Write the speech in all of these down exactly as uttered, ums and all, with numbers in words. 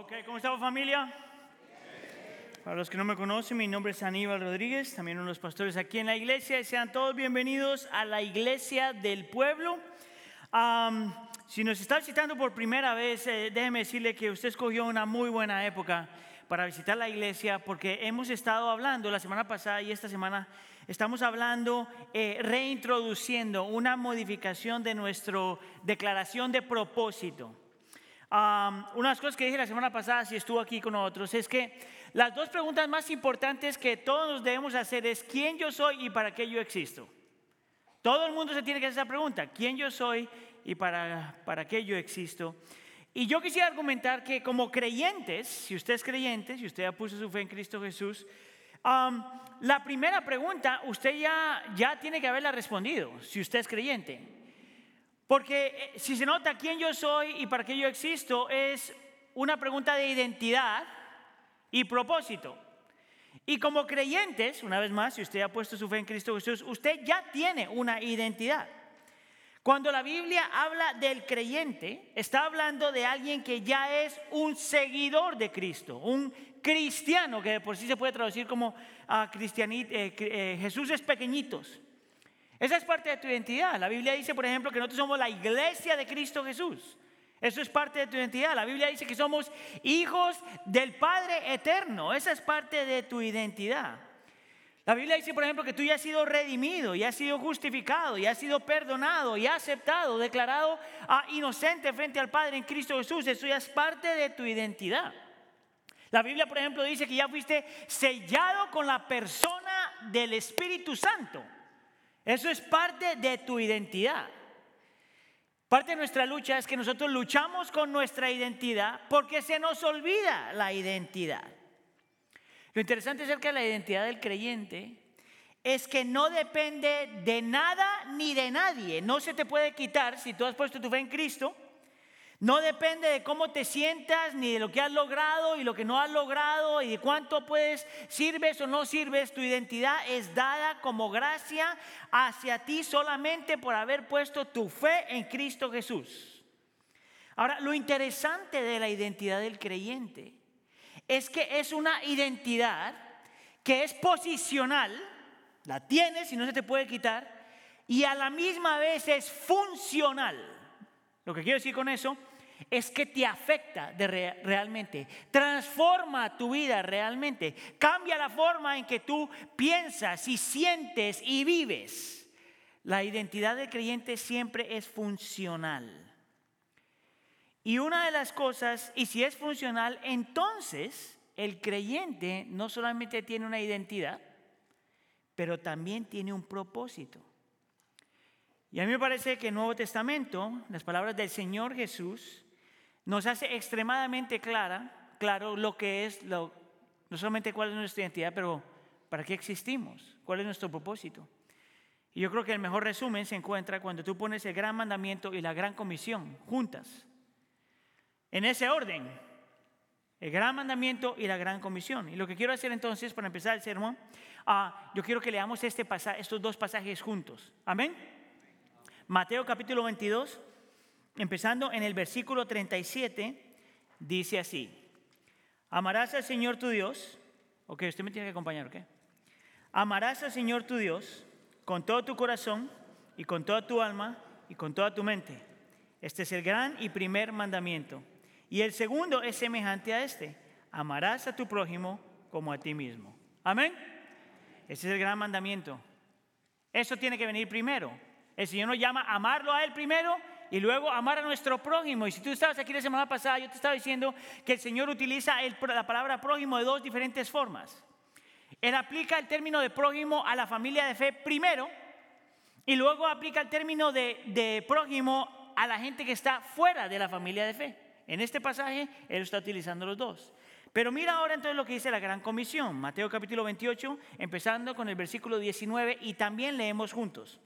Ok, ¿cómo estamos, familia? Para los que no me conocen, mi nombre es Aníbal Rodríguez, también uno de los pastores aquí en la iglesia. Y sean todos bienvenidos a la iglesia del pueblo. Um, si nos está visitando por primera vez, eh, déjeme decirle que usted escogió una muy buena época para visitar la iglesia, porque hemos estado hablando la semana pasada y esta semana estamos hablando, eh, reintroduciendo una modificación de nuestra declaración de propósito. Um, una de las cosas que dije la semana pasada, si estuvo aquí con nosotros, es que las dos preguntas más importantes que todos nos debemos hacer es ¿quién yo soy y para qué yo existo? Todo el mundo se tiene que hacer esa pregunta: ¿quién yo soy y para, para qué yo existo? Y yo quisiera argumentar que como creyentes, si usted es creyente, si usted ha puesto su fe en Cristo Jesús, um, la primera pregunta usted ya, ya tiene que haberla respondido, si usted es creyente. Porque si se nota quién yo soy y para qué yo existo, es una pregunta de identidad y propósito. Y como creyentes, una vez más, si usted ha puesto su fe en Cristo Jesús, usted ya tiene una identidad. Cuando la Biblia habla del creyente, está hablando de alguien que ya es un seguidor de Cristo, un cristiano, que por sí se puede traducir como uh, cristianit, eh, eh, Jesús es pequeñitos. Esa es parte de tu identidad. La Biblia dice, por ejemplo, que nosotros somos la iglesia de Cristo Jesús. Eso es parte de tu identidad. La Biblia dice que somos hijos del Padre eterno. Esa es parte de tu identidad. La Biblia dice, por ejemplo, que tú ya has sido redimido, ya has sido justificado, ya has sido perdonado, ya aceptado, declarado uh, inocente frente al Padre en Cristo Jesús. Eso ya es parte de tu identidad. La Biblia, por ejemplo, dice que ya fuiste sellado con la persona del Espíritu Santo. Eso es parte de tu identidad. Parte de nuestra lucha es que nosotros luchamos con nuestra identidad porque se nos olvida la identidad. Lo interesante acerca de la identidad del creyente es que no depende de nada ni de nadie. No se te puede quitar si tú has puesto tu fe en Cristo. No depende de cómo te sientas, ni de lo que has logrado y lo que no has logrado, y de cuánto puedes, sirves o no sirves. Tu identidad es dada como gracia hacia ti solamente por haber puesto tu fe en Cristo Jesús. Ahora, lo interesante de la identidad del creyente es que es una identidad que es posicional, la tienes y no se te puede quitar, y a la misma vez es funcional. Lo que quiero decir con eso es que te afecta de re- realmente, transforma tu vida realmente, cambia la forma en que tú piensas y sientes y vives. La identidad del creyente siempre es funcional. Y una de las cosas, y si es funcional, entonces el creyente no solamente tiene una identidad, pero también tiene un propósito. Y a mí me parece que el Nuevo Testamento, las palabras del Señor Jesús, nos hace extremadamente clara, claro lo que es, lo, no solamente cuál es nuestra identidad, pero para qué existimos, cuál es nuestro propósito. Y yo creo que el mejor resumen se encuentra cuando tú pones el gran mandamiento y la gran comisión juntas. En ese orden, el gran mandamiento y la gran comisión. Y lo que quiero hacer entonces, para empezar el sermón, uh, yo quiero que leamos este pasaje, estos dos pasajes juntos. Amén. Mateo capítulo veintidós, empezando en el versículo treinta y siete, dice así: amarás al Señor tu Dios. Ok, usted me tiene que acompañar, ok. Amarás al Señor tu Dios con todo tu corazón y con toda tu alma y con toda tu mente. Este es el gran y primer mandamiento. Y el segundo es semejante a este: amarás a tu prójimo como a ti mismo. Amén. Este es el gran mandamiento. Eso tiene que venir primero. El Señor nos llama a amarlo a Él primero y luego amar a nuestro prójimo. Y si tú estabas aquí la semana pasada, yo te estaba diciendo que el Señor utiliza el, la palabra prójimo de dos diferentes formas. Él aplica el término de prójimo a la familia de fe primero, y luego aplica el término de, de prójimo a la gente que está fuera de la familia de fe. En este pasaje, Él está utilizando los dos. Pero mira ahora entonces lo que dice la gran comisión. Mateo capítulo veintiocho, empezando con el versículo diecinueve, y también leemos juntos.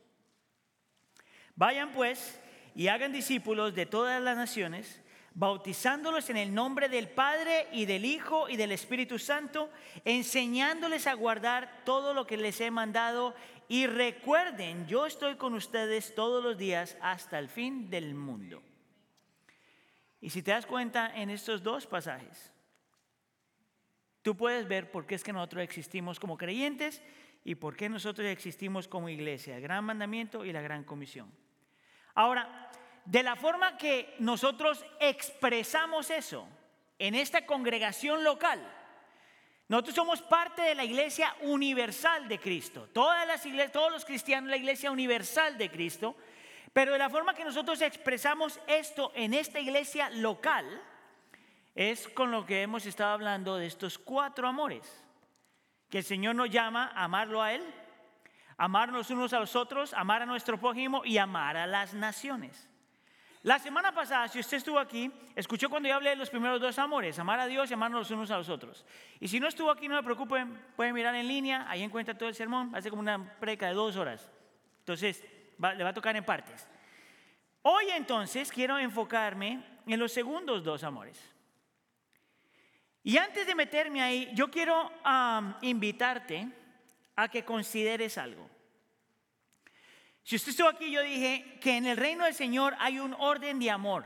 Vayan pues y hagan discípulos de todas las naciones, bautizándolos en el nombre del Padre y del Hijo y del Espíritu Santo, enseñándoles a guardar todo lo que les he mandado, y recuerden, yo estoy con ustedes todos los días hasta el fin del mundo. Y si te das cuenta en estos dos pasajes, tú puedes ver por qué es que nosotros existimos como creyentes y por qué nosotros existimos como iglesia, el gran mandamiento y la gran comisión. Ahora, de la forma que nosotros expresamos eso en esta congregación local, nosotros somos parte de la iglesia universal de Cristo. Todas las iglesias, todos los cristianos, la iglesia universal de Cristo. Pero de la forma que nosotros expresamos esto en esta iglesia local es con lo que hemos estado hablando de estos cuatro amores. Que el Señor nos llama a amarlo a Él, amarnos unos a los otros, amar a nuestro prójimo y amar a las naciones. La semana pasada, si usted estuvo aquí, escuchó cuando yo hablé de los primeros dos amores, amar a Dios y amarnos los unos a los otros. Y si no estuvo aquí, no se preocupen, pueden mirar en línea, ahí encuentra todo el sermón, hace como una predica de dos horas. Entonces, va, le va a tocar en partes. Hoy entonces quiero enfocarme en los segundos dos amores. Y antes de meterme ahí, yo quiero um, invitarte a que consideres algo. Si usted estuvo aquí, yo dije que en el reino del Señor hay un orden de amor.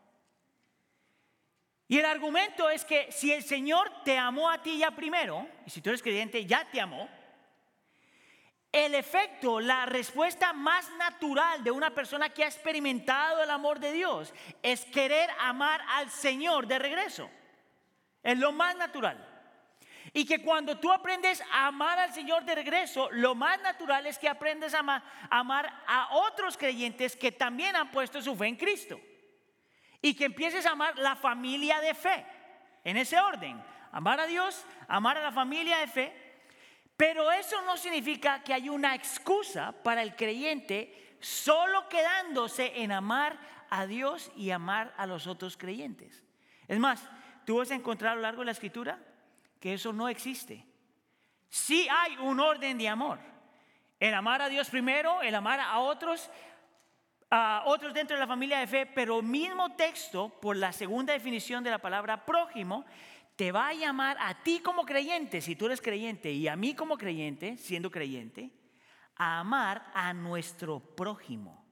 Y el argumento es que si el Señor te amó a ti ya primero, y si tú eres creyente ya te amó, el efecto, la respuesta más natural de una persona que ha experimentado el amor de Dios es querer amar al Señor de regreso. Es lo más natural. Y que cuando tú aprendes a amar al Señor de regreso, lo más natural es que aprendes a amar, a amar a otros creyentes que también han puesto su fe en Cristo. Y que empieces a amar la familia de fe. En ese orden. Amar a Dios, amar a la familia de fe. Pero eso no significa que hay una excusa para el creyente solo quedándose en amar a Dios y amar a los otros creyentes. Es más, tú vas a encontrar a lo largo de la Escritura que eso no existe. Sí hay un orden de amor. El amar a Dios primero, el amar a otros, a otros dentro de la familia de fe, pero el mismo texto, por la segunda definición de la palabra prójimo, te va a llamar a ti como creyente, si tú eres creyente, y a mí como creyente, siendo creyente, a amar a nuestro prójimo.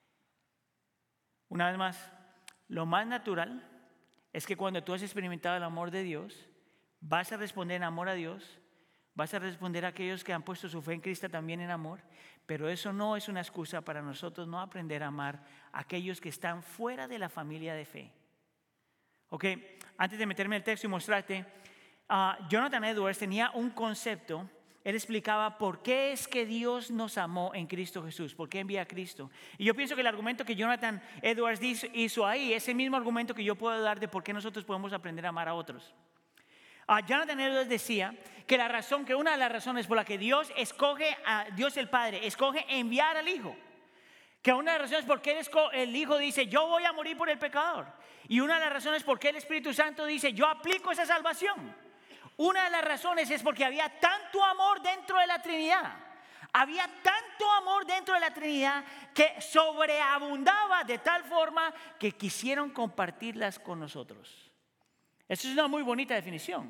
Una vez más, lo más natural es que cuando tú has experimentado el amor de Dios, vas a responder en amor a Dios, vas a responder a aquellos que han puesto su fe en Cristo también en amor, pero eso no es una excusa para nosotros no aprender a amar a aquellos que están fuera de la familia de fe. Ok, antes de meterme en el texto y mostrarte, uh, Jonathan Edwards tenía un concepto. Él explicaba por qué es que Dios nos amó en Cristo Jesús, por qué envía a Cristo. Y yo pienso que el argumento que Jonathan Edwards hizo ahí es el mismo argumento que yo puedo dar de por qué nosotros podemos aprender a amar a otros. Uh, Jonathan Edwards decía que la razón, que una de las razones por la que Dios escoge a Dios el Padre, escoge enviar al Hijo, que una de las razones por qué el Hijo dice yo voy a morir por el pecador, y una de las razones por qué el Espíritu Santo dice yo aplico esa salvación, una de las razones es porque había tanto amor dentro de la Trinidad, había tanto amor dentro de la Trinidad que sobreabundaba de tal forma que quisieron compartirlas con nosotros. Esa es una muy bonita definición.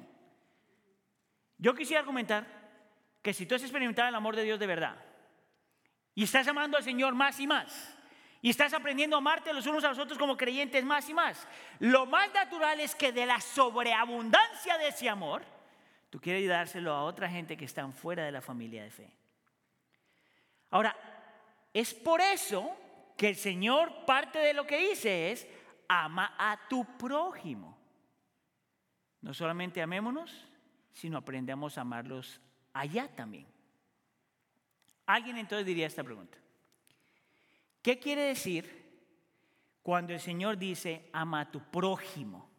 Yo quisiera argumentar que si tú has experimentado el amor de Dios de verdad y estás amando al Señor más y más y estás aprendiendo a amarte los unos a los otros como creyentes más y más, lo más natural es que de la sobreabundancia de ese amor tú quieres dárselo a otra gente que están fuera de la familia de fe. Ahora, es por eso que el Señor, parte de lo que dice es ama a tu prójimo. No solamente amémonos, sino aprendamos a amarlos allá también. Alguien entonces diría esta pregunta: ¿qué quiere decir cuando el Señor dice ama a tu prójimo?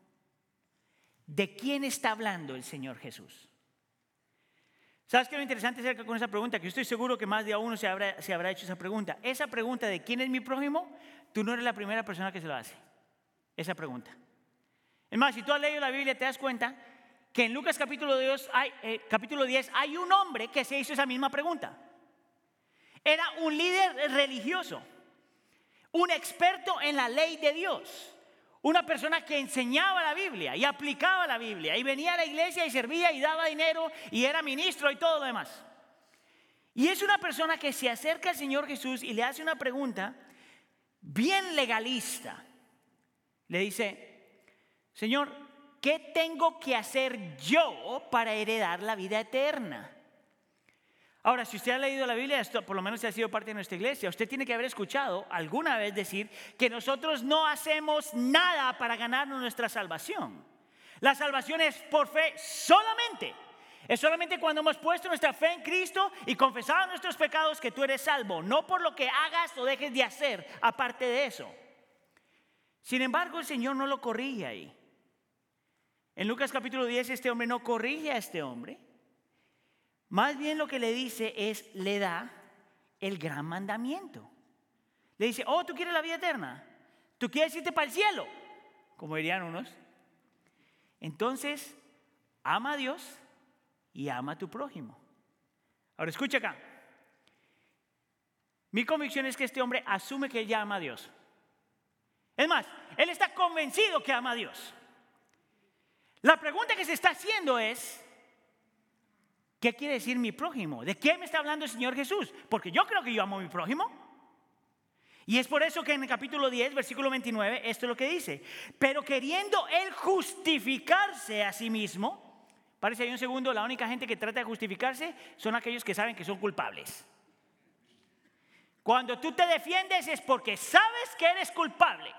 ¿De quién está hablando el Señor Jesús? ¿Sabes qué es lo interesante acerca con esa pregunta? Que yo estoy seguro que más de uno se habrá, se habrá hecho esa pregunta. Esa pregunta de ¿quién es mi prójimo? Tú no eres la primera persona que se lo hace. Esa pregunta. Es más, si tú has leído la Biblia te das cuenta que en Lucas capítulo diez hay, eh, capítulo diez hay un hombre que se hizo esa misma pregunta. Era un líder religioso, un experto en la ley de Dios, una persona que enseñaba la Biblia y aplicaba la Biblia y venía a la iglesia y servía y daba dinero y era ministro y todo lo demás. Y es una persona que se acerca al Señor Jesús y le hace una pregunta bien legalista. Le dice: Señor, ¿qué tengo que hacer yo para heredar la vida eterna? Ahora, si usted ha leído la Biblia, esto por lo menos ha sido parte de nuestra iglesia, usted tiene que haber escuchado alguna vez decir que nosotros no hacemos nada para ganarnos nuestra salvación. La salvación es por fe solamente. Es solamente cuando hemos puesto nuestra fe en Cristo y confesado nuestros pecados que tú eres salvo, no por lo que hagas o dejes de hacer aparte de eso. Sin embargo, el Señor no lo corrige ahí. En Lucas capítulo diez, este hombre no corrige a este hombre. Más bien lo que le dice es, le da el gran mandamiento. Le dice, oh, ¿tú quieres la vida eterna? ¿Tú quieres irte para el cielo? Como dirían unos. Entonces, ama a Dios y ama a tu prójimo. Ahora escucha acá. Mi convicción es que este hombre asume que él ya ama a Dios. Es más, él está convencido que ama a Dios. La pregunta que se está haciendo es, ¿qué quiere decir mi prójimo? ¿De qué me está hablando el Señor Jesús? Porque yo creo que yo amo a mi prójimo. Y es por eso que en el capítulo diez, versículo veintinueve, esto es lo que dice. Pero queriendo él justificarse a sí mismo, parece ahí un segundo, la única gente que trata de justificarse son aquellos que saben que son culpables. Cuando tú te defiendes es porque sabes que eres culpable.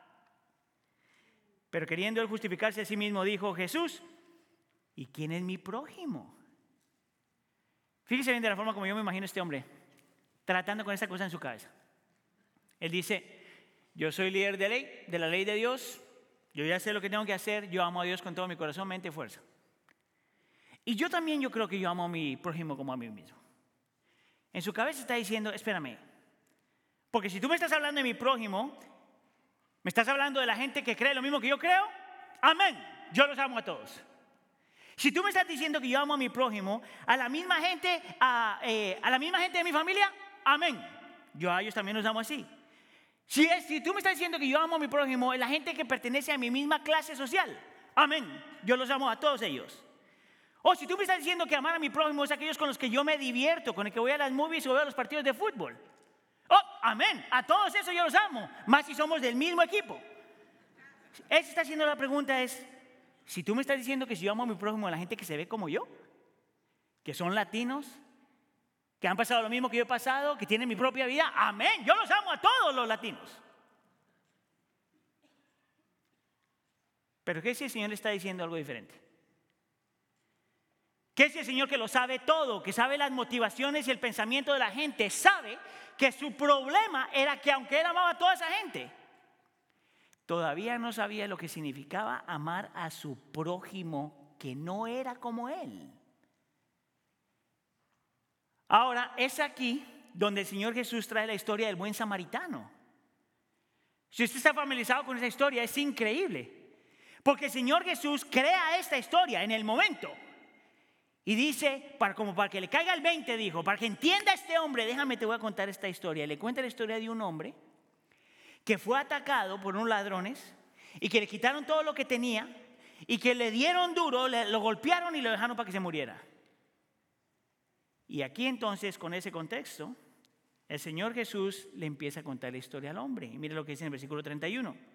Pero queriendo él justificarse a sí mismo, dijo Jesús, ¿y quién es mi prójimo? Fíjese bien de la forma como yo me imagino a este hombre tratando con esta cosa en su cabeza. Él dice, yo soy líder de ley, de la ley de Dios, yo ya sé lo que tengo que hacer, yo amo a Dios con todo mi corazón, mente y fuerza. Y yo también yo creo que yo amo a mi prójimo como a mí mismo. En su cabeza está diciendo, espérame, porque si tú me estás hablando de mi prójimo, me estás hablando de la gente que cree lo mismo que yo creo, amén, yo los amo a todos. Si tú me estás diciendo que yo amo a mi prójimo, a la misma gente, a, eh, a la misma gente de mi familia, amén. Yo a ellos también los amo así. Si, es, si tú me estás diciendo que yo amo a mi prójimo, la gente que pertenece a mi misma clase social, amén. Yo los amo a todos ellos. O si tú me estás diciendo que amar a mi prójimo es aquellos con los que yo me divierto, con el que voy a las movies o veo a los partidos de fútbol. Oh, amén. A todos esos yo los amo, más si somos del mismo equipo. Él está haciendo la pregunta es, si tú me estás diciendo que si yo amo a mi prójimo, a la gente que se ve como yo, que son latinos, que han pasado lo mismo que yo he pasado, que tienen mi propia vida, amén, yo los amo a todos los latinos. Pero ¿qué si el Señor le está diciendo algo diferente? ¿Qué si el Señor, que lo sabe todo, que sabe las motivaciones y el pensamiento de la gente, sabe que su problema era que aunque él amaba a toda esa gente, todavía no sabía lo que significaba amar a su prójimo que no era como él? Ahora, es aquí donde el Señor Jesús trae la historia del buen samaritano. Si usted está familiarizado con esa historia, es increíble. Porque el Señor Jesús crea esta historia en el momento. Y dice, para, como para que le caiga el veinte, dijo, para que entienda este hombre, déjame te voy a contar esta historia. Le cuenta la historia de un hombre que fue atacado por unos ladrones y que le quitaron todo lo que tenía y que le dieron duro, le, lo golpearon y lo dejaron para que se muriera. Y aquí entonces, con ese contexto, el Señor Jesús le empieza a contar la historia al hombre. Y mire lo que dice en el versículo treinta y uno.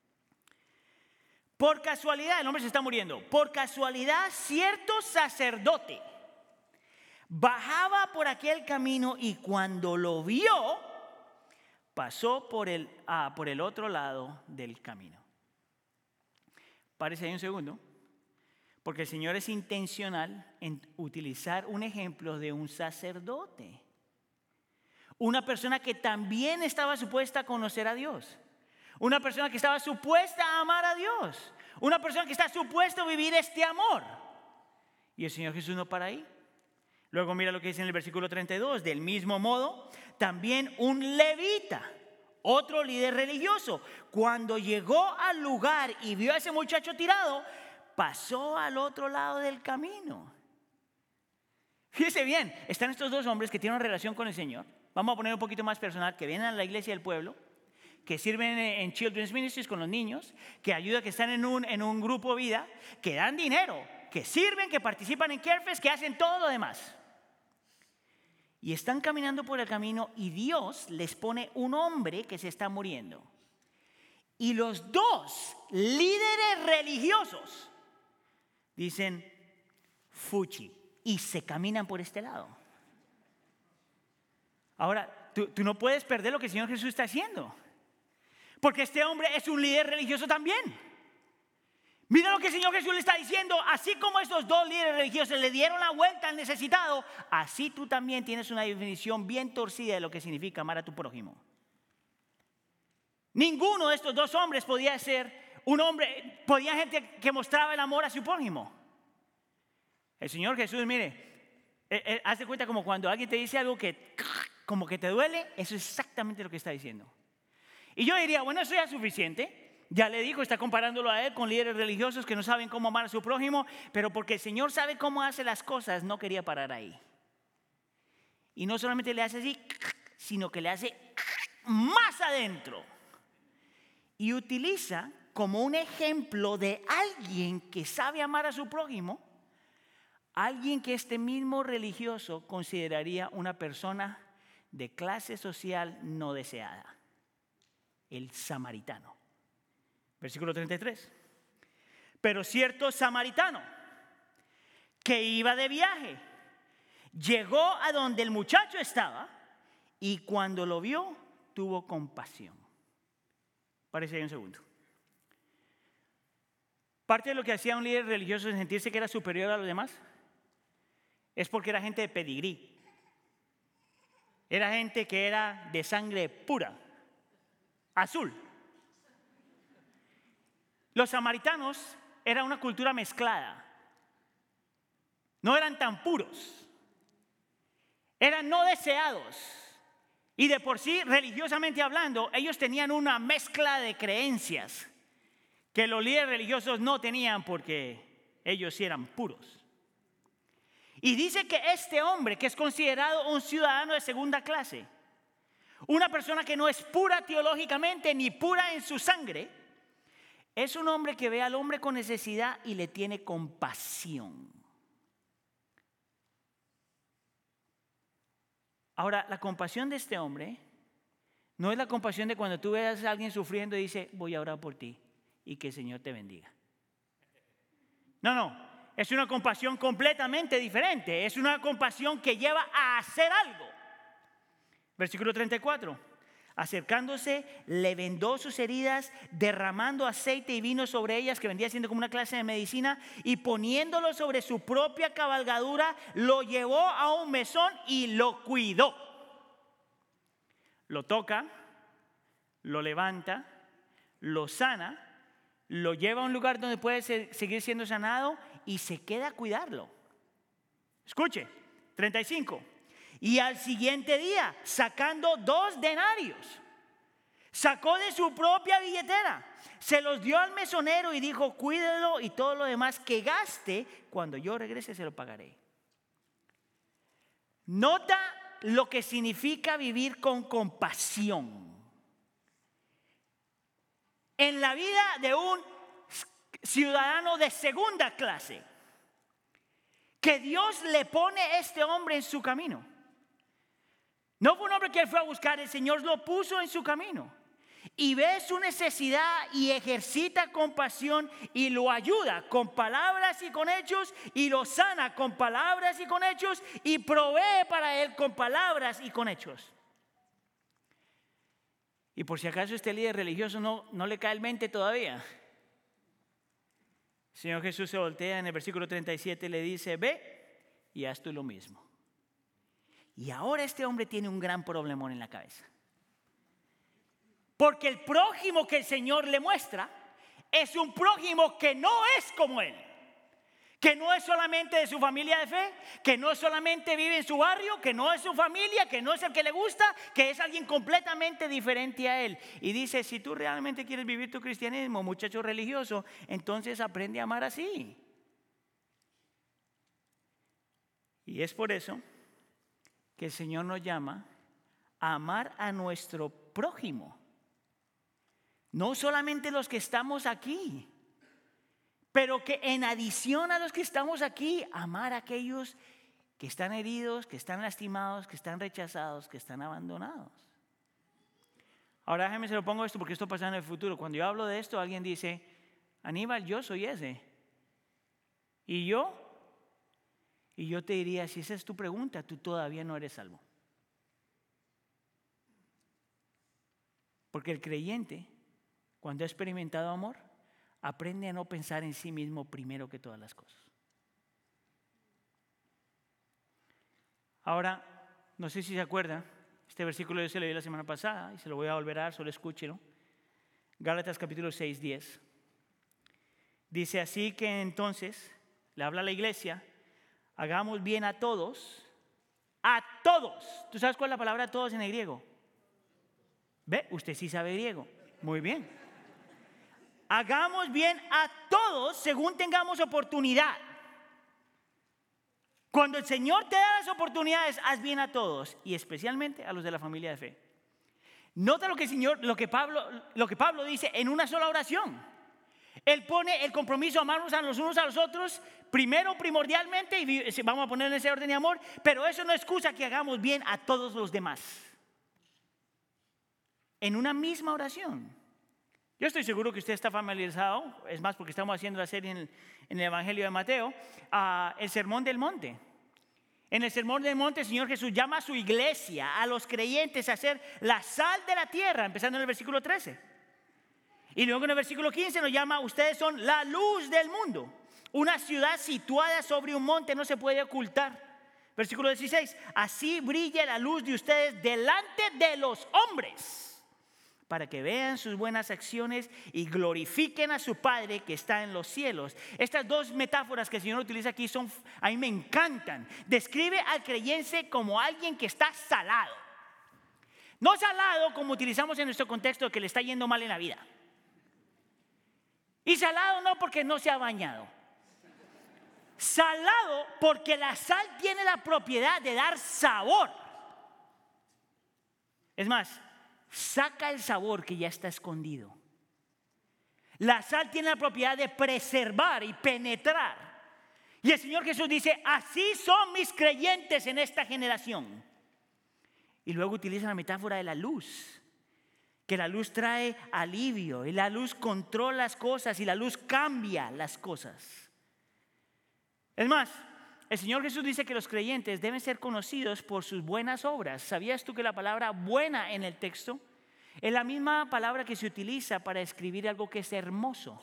Por casualidad, el hombre se está muriendo. Por casualidad, cierto sacerdote bajaba por aquel camino y cuando lo vio, pasó por el, ah, por el otro lado del camino. Párese ahí un segundo, porque el Señor es intencional en utilizar un ejemplo de un sacerdote. Una persona que también estaba supuesta a conocer a Dios. Una persona que estaba supuesta a amar a Dios. Una persona que está supuesta a vivir este amor. Y el Señor Jesús no para ahí. Luego mira lo que dice en el versículo treinta y dos. Del mismo modo, también un levita, otro líder religioso, cuando llegó al lugar y vio a ese muchacho tirado, pasó al otro lado del camino. Fíjese bien, están estos dos hombres que tienen una relación con el Señor. Vamos a poner un poquito más personal, que vienen a la iglesia del pueblo, que sirven en Children's Ministries con los niños, que ayudan, que están en un, en un grupo vida, que dan dinero, que sirven, que participan en CareFest, que hacen todo lo demás. Y están caminando por el camino y Dios les pone un hombre que se está muriendo. Y los dos líderes religiosos dicen, fuchi, y se caminan por este lado. Ahora, tú, tú no puedes perder lo que el Señor Jesús está haciendo, porque este hombre es un líder religioso también. Mira lo que el Señor Jesús le está diciendo. Así como estos dos líderes religiosos le dieron la vuelta al necesitado, así tú también tienes una definición bien torcida de lo que significa amar a tu prójimo. Ninguno de estos dos hombres podía ser un hombre, podía gente que mostraba el amor a su prójimo. El Señor Jesús, mire, eh, eh, haz de cuenta como cuando alguien te dice algo que como que te duele, eso es exactamente lo que está diciendo. Y yo diría, bueno, eso ya es suficiente. Ya le dijo, está comparándolo a él con líderes religiosos que no saben cómo amar a su prójimo, pero porque el Señor sabe cómo hace las cosas, no quería parar ahí. Y no solamente le hace así, sino que le hace más adentro. Y utiliza como un ejemplo de alguien que sabe amar a su prójimo, alguien que este mismo religioso consideraría una persona de clase social no deseada, el samaritano. Versículo treinta y tres. Pero cierto samaritano que iba de viaje llegó a donde el muchacho estaba y cuando lo vio tuvo compasión. Parece ahí un segundo. Parte de lo que hacía un líder religioso en sentirse que era superior a los demás es porque era gente de pedigrí. Era gente que era de sangre pura, azul. Los samaritanos eran una cultura mezclada. No eran tan puros. Eran no deseados. Y de por sí, religiosamente hablando, ellos tenían una mezcla de creencias que los líderes religiosos no tenían porque ellos sí eran puros. Y dice que este hombre, que es considerado un ciudadano de segunda clase, una persona que no es pura teológicamente ni pura en su sangre, es un hombre que ve al hombre con necesidad y le tiene compasión. Ahora, la compasión de este hombre no es la compasión de cuando tú veas a alguien sufriendo y dice, voy a orar por ti y que el Señor te bendiga. No, no, es una compasión completamente diferente. Es una compasión que lleva a hacer algo. Versículo treinta y cuatro. Acercándose, le vendó sus heridas, derramando aceite y vino sobre ellas, que vendría siendo como una clase de medicina, y poniéndolo sobre su propia cabalgadura, lo llevó a un mesón y lo cuidó. Lo toca, lo levanta, lo sana, lo lleva a un lugar donde puede ser, seguir siendo sanado y se queda a cuidarlo. Escuche, treinta y cinco. Y al siguiente día, sacando dos denarios, sacó de su propia billetera, se los dio al mesonero y dijo, cuídelo y todo lo demás que gaste, cuando yo regrese se lo pagaré. Nota lo que significa vivir con compasión. En la vida de un ciudadano de segunda clase, que Dios le pone a este hombre en su camino. No fue un hombre que él fue a buscar, el Señor lo puso en su camino. Y ve su necesidad y ejercita compasión y lo ayuda con palabras y con hechos y lo sana con palabras y con hechos y provee para él con palabras y con hechos. Y por si acaso este líder religioso no, no le cae el mente todavía. El Señor Jesús se voltea en el versículo treinta y siete y le dice, ve y haz tú lo mismo. Y ahora este hombre tiene un gran problemón en la cabeza. Porque el prójimo que el Señor le muestra es un prójimo que no es como él. Que no es solamente de su familia de fe, que no solamente vive en su barrio, que no es su familia, que no es el que le gusta, que es alguien completamente diferente a él. Y dice, si tú realmente quieres vivir tu cristianismo, muchacho religioso, entonces aprende a amar así. Y es por eso que el Señor nos llama a amar a nuestro prójimo. No solamente los que estamos aquí, pero que en adición a los que estamos aquí, amar a aquellos que están heridos, que están lastimados, que están rechazados, que están abandonados. Ahora déjeme se lo pongo esto porque esto pasa en el futuro. Cuando yo hablo de esto, alguien dice, Aníbal, yo soy ese. ¿Y yo? Y yo te diría, si esa es tu pregunta, tú todavía no eres salvo. Porque el creyente, cuando ha experimentado amor, aprende a no pensar en sí mismo primero que todas las cosas. Ahora, no sé si se acuerda, este versículo yo se lo di la semana pasada y se lo voy a volver a dar, solo escúchelo. Gálatas capítulo seis, diez. Dice así que entonces, le habla a la iglesia, hagamos bien a todos, a todos. ¿Tú sabes cuál es la palabra todos en el griego? ¿Ve? Usted sí sabe griego. Muy bien. Hagamos bien a todos según tengamos oportunidad. Cuando el Señor te da las oportunidades, haz bien a todos y especialmente a los de la familia de fe. Nota lo que el Señor, lo que Pablo, lo que Pablo dice en una sola oración. Él pone el compromiso a amarnos a los unos a los otros, primero primordialmente, y vamos a poner en ese orden de amor, pero eso no excusa que hagamos bien a todos los demás. En una misma oración. Yo estoy seguro que usted está familiarizado, es más porque estamos haciendo la serie en el, en el Evangelio de Mateo, uh, el Sermón del Monte. En el Sermón del Monte el Señor Jesús llama a su iglesia, a los creyentes, a ser la sal de la tierra, empezando en el versículo trece. Y luego en el versículo quince nos llama, ustedes son la luz del mundo. Una ciudad situada sobre un monte no se puede ocultar. Versículo dieciséis, así brilla la luz de ustedes delante de los hombres, para que vean sus buenas acciones y glorifiquen a su Padre que está en los cielos. Estas dos metáforas que el Señor utiliza aquí son, a mí me encantan. Describe al creyente como alguien que está salado. No salado como utilizamos en nuestro contexto, que le está yendo mal en la vida. Y salado no porque no se ha bañado. Salado porque la sal tiene la propiedad de dar sabor. Es más, saca el sabor que ya está escondido. La sal tiene la propiedad de preservar y penetrar. Y el Señor Jesús dice, así son mis creyentes en esta generación. Y luego utiliza la metáfora de la luz, que la luz trae alivio y la luz controla las cosas y la luz cambia las cosas. Es más, el Señor Jesús dice que los creyentes deben ser conocidos por sus buenas obras. ¿Sabías tú que la palabra buena en el texto es la misma palabra que se utiliza para describir algo que es hermoso?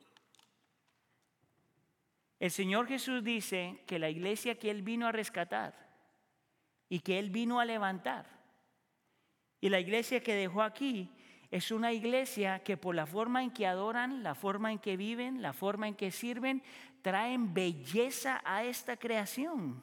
El Señor Jesús dice que la iglesia que Él vino a rescatar y que Él vino a levantar, y la iglesia que dejó aquí es una iglesia que por la forma en que adoran, la forma en que viven, la forma en que sirven, traen belleza a esta creación.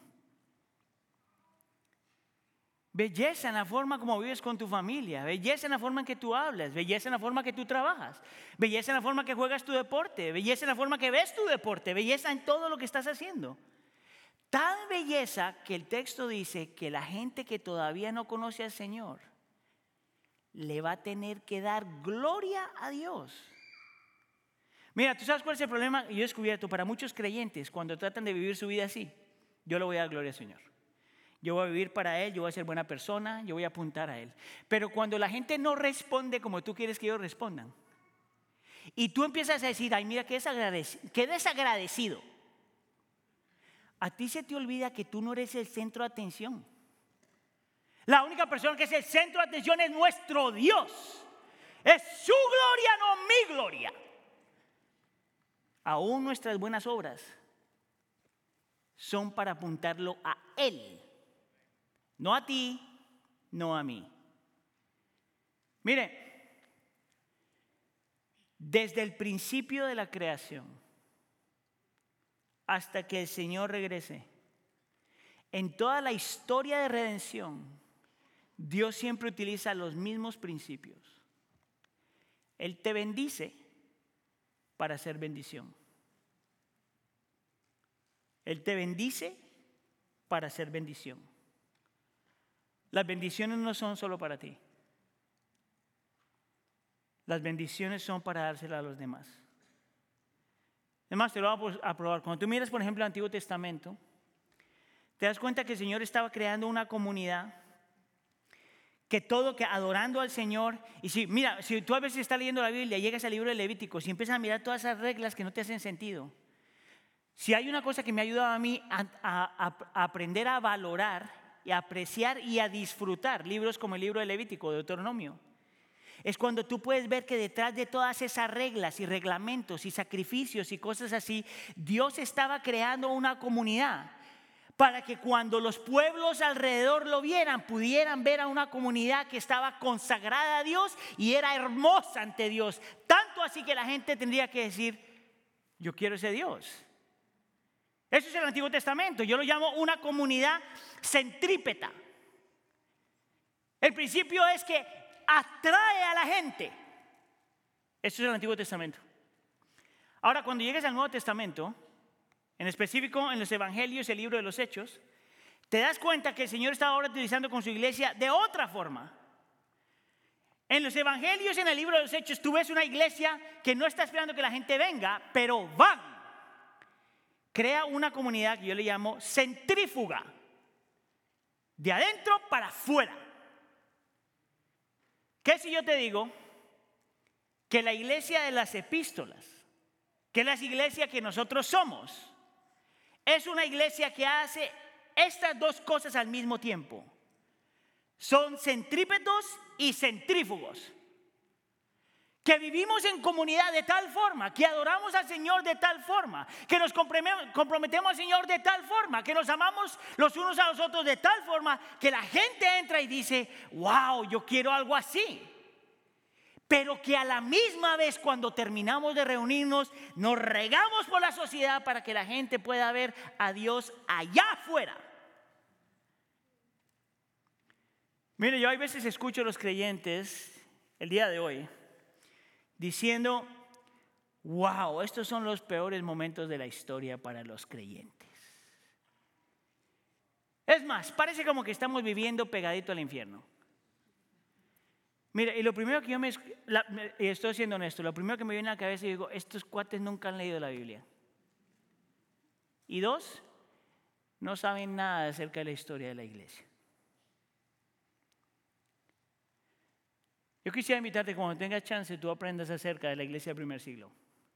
Belleza en la forma como vives con tu familia, belleza en la forma en que tú hablas, belleza en la forma en que tú trabajas, belleza en la forma en que juegas tu deporte, belleza en la forma en que ves tu deporte, belleza en todo lo que estás haciendo. Tal belleza que el texto dice que la gente que todavía no conoce al Señor le va a tener que dar gloria a Dios. Mira, ¿tú sabes cuál es el problema? Yo he descubierto para muchos creyentes cuando tratan de vivir su vida así, yo le voy a dar gloria al Señor. Yo voy a vivir para Él, yo voy a ser buena persona, yo voy a apuntar a Él. Pero cuando la gente no responde como tú quieres que ellos respondan, y tú empiezas a decir, ay, mira, qué desagradecido, qué desagradecido. A ti se te olvida que tú no eres el centro de atención. La única persona que es el centro de atención es nuestro Dios. Es su gloria, no mi gloria. Aún nuestras buenas obras son para apuntarlo a Él. No a ti, no a mí. Mire, desde el principio de la creación hasta que el Señor regrese, en toda la historia de redención, Dios siempre utiliza los mismos principios. Él te bendice para hacer bendición. Él te bendice para hacer bendición. Las bendiciones no son solo para ti. Las bendiciones son para dárselas a los demás. Además, te lo voy a probar. Cuando tú miras, por ejemplo, el Antiguo Testamento, te das cuenta que el Señor estaba creando una comunidad que todo, que adorando al Señor. Y si, mira, si tú a veces estás leyendo la Biblia, llegas al libro de Levítico, si empiezas a mirar todas esas reglas que no te hacen sentido. Si hay una cosa que me ha ayudado a mí a, a, a aprender a valorar y a apreciar y a disfrutar libros como el libro de Levítico, de Deuteronomio, es cuando tú puedes ver que detrás de todas esas reglas y reglamentos y sacrificios y cosas así, Dios estaba creando una comunidad para que cuando los pueblos alrededor lo vieran, pudieran ver a una comunidad que estaba consagrada a Dios y era hermosa ante Dios. Tanto así que la gente tendría que decir, yo quiero ese Dios. Eso es el Antiguo Testamento. Yo lo llamo una comunidad centrípeta. El principio es que atrae a la gente. Eso es el Antiguo Testamento. Ahora, cuando llegues al Nuevo Testamento, en específico en los Evangelios y el libro de los Hechos, te das cuenta que el Señor está ahora utilizando con su iglesia de otra forma. En los Evangelios y en el libro de los Hechos, tú ves una iglesia que no está esperando que la gente venga, pero van. Crea una comunidad que yo le llamo centrífuga, de adentro para afuera. ¿Qué si yo te digo que la iglesia de las epístolas, que es la iglesia que nosotros somos, es una iglesia que hace estas dos cosas al mismo tiempo? Son centrípetos y centrífugos. Que vivimos en comunidad de tal forma, que adoramos al Señor de tal forma, que nos comprometemos al Señor de tal forma, que nos amamos los unos a los otros de tal forma, que la gente entra y dice, wow, yo quiero algo así. Pero que a la misma vez, cuando terminamos de reunirnos, nos regamos por la sociedad para que la gente pueda ver a Dios allá afuera. Mire, yo a veces escucho a los creyentes el día de hoy diciendo, wow, estos son los peores momentos de la historia para los creyentes. Es más, parece como que estamos viviendo pegadito al infierno. Mira, y lo primero que yo me, la, me, y estoy siendo honesto, lo primero que me viene a la cabeza y digo, estos cuates nunca han leído la Biblia. Y dos, no saben nada acerca de la historia de la iglesia. Yo quisiera invitarte, cuando tengas chance, tú aprendas acerca de la iglesia del primer siglo.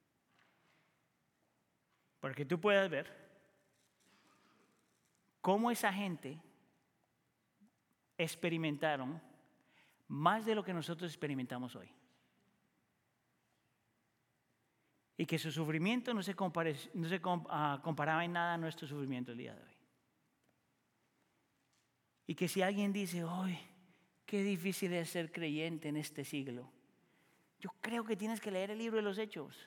Para que tú puedas ver cómo esa gente experimentaron más de lo que nosotros experimentamos hoy. Y que su sufrimiento no se, compare, no se uh, comparaba en nada a nuestro sufrimiento el día de hoy. Y que si alguien dice, hoy, qué difícil es ser creyente en este siglo, yo creo que tienes que leer el libro de los Hechos.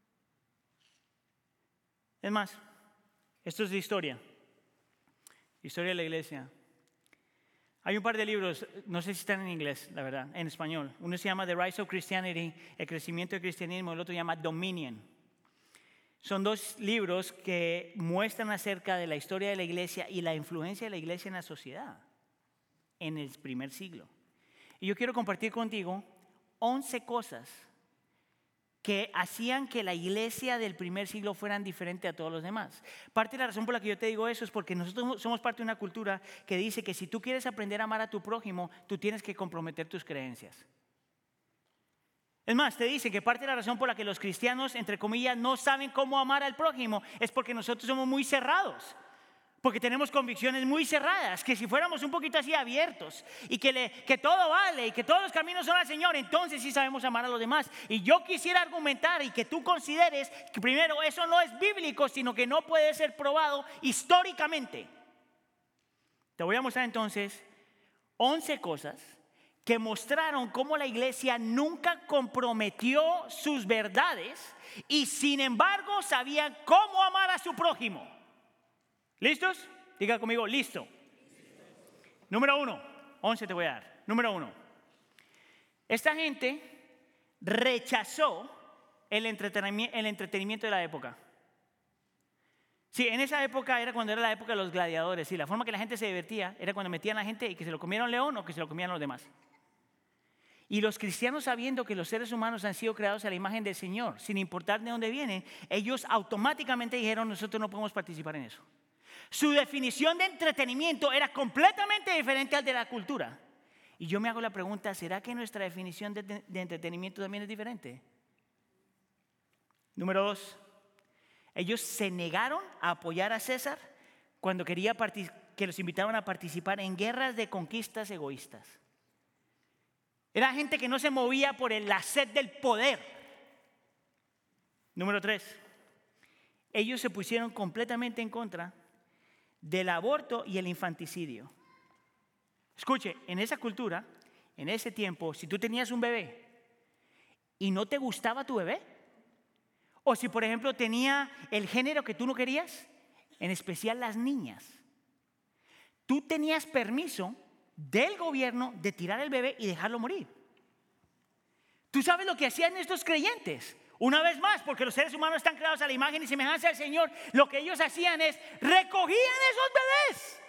Es más, esto es de historia, historia de la iglesia. Hay un par de libros, no sé si están en inglés, la verdad, en español. Uno se llama The Rise of Christianity, el crecimiento del cristianismo, el otro se llama Dominion. Son dos libros que muestran acerca de la historia de la iglesia y la influencia de la iglesia en la sociedad en el primer siglo. Y yo quiero compartir contigo once cosas que hacían que la iglesia del primer siglo fueran diferente a todos los demás. Parte de la razón por la que yo te digo eso es porque nosotros somos parte de una cultura que dice que si tú quieres aprender a amar a tu prójimo, tú tienes que comprometer tus creencias. Es más, te dice que parte de la razón por la que los cristianos, entre comillas, no saben cómo amar al prójimo es porque nosotros somos muy cerrados. Porque tenemos convicciones muy cerradas, que si fuéramos un poquito así abiertos y que, le, que todo vale y que todos los caminos son al Señor, entonces sí sabemos amar a los demás. Y yo quisiera argumentar y que tú consideres que primero eso no es bíblico, sino que no puede ser probado históricamente. Te voy a mostrar entonces once cosas que mostraron cómo la iglesia nunca comprometió sus verdades y sin embargo sabían cómo amar a su prójimo. ¿Listos? Diga conmigo, listo. Número uno, once te voy a dar. Número uno, esta gente rechazó el entretenimiento, el entretenimiento de la época. Sí, en esa época era cuando era la época de los gladiadores. Sí, la forma que la gente se divertía era cuando metían a la gente y que se lo comiera un león o que se lo comieran los demás. Y los cristianos, sabiendo que los seres humanos han sido creados a la imagen del Señor, sin importar de dónde vienen, ellos automáticamente dijeron, nosotros no podemos participar en eso. Su definición de entretenimiento era completamente diferente al de la cultura. Y yo me hago la pregunta, ¿será que nuestra definición de, de entretenimiento también es diferente? Número dos, ellos se negaron a apoyar a César cuando quería que los invitaban a participar en guerras de conquistas egoístas. Era gente que no se movía por la sed del poder. Número tres, ellos se pusieron completamente en contra del aborto y el infanticidio. Escuche, en esa cultura, en ese tiempo, si tú tenías un bebé y no te gustaba tu bebé, o si por ejemplo tenía el género que tú no querías, en especial las niñas, tú tenías permiso del gobierno de tirar el bebé y dejarlo morir. ¿Tú sabes lo que hacían estos creyentes? Una vez más, porque los seres humanos están creados a la imagen y semejanza del Señor, lo que ellos hacían es recogían esos bebés.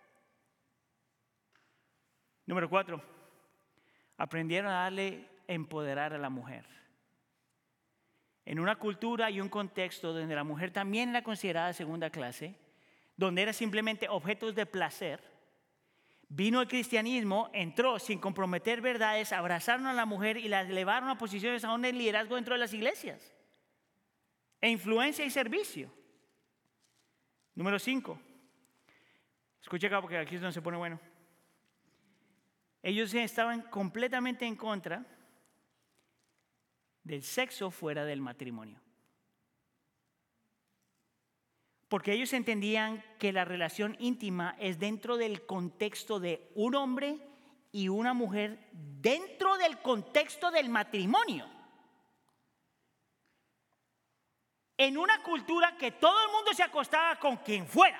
Número cuatro, aprendieron a darle empoderar a la mujer. En una cultura y un contexto donde la mujer también era considerada de segunda clase, donde era simplemente objetos de placer, vino el cristianismo, entró sin comprometer verdades, abrazaron a la mujer y la elevaron a posiciones aún de liderazgo dentro de las iglesias, e influencia y servicio. Número cinco, escuche acá porque aquí es donde se pone bueno. Ellos estaban completamente en contra del sexo fuera del matrimonio. Porque ellos entendían que la relación íntima es dentro del contexto de un hombre y una mujer, dentro del contexto del matrimonio. En una cultura que todo el mundo se acostaba con quien fuera.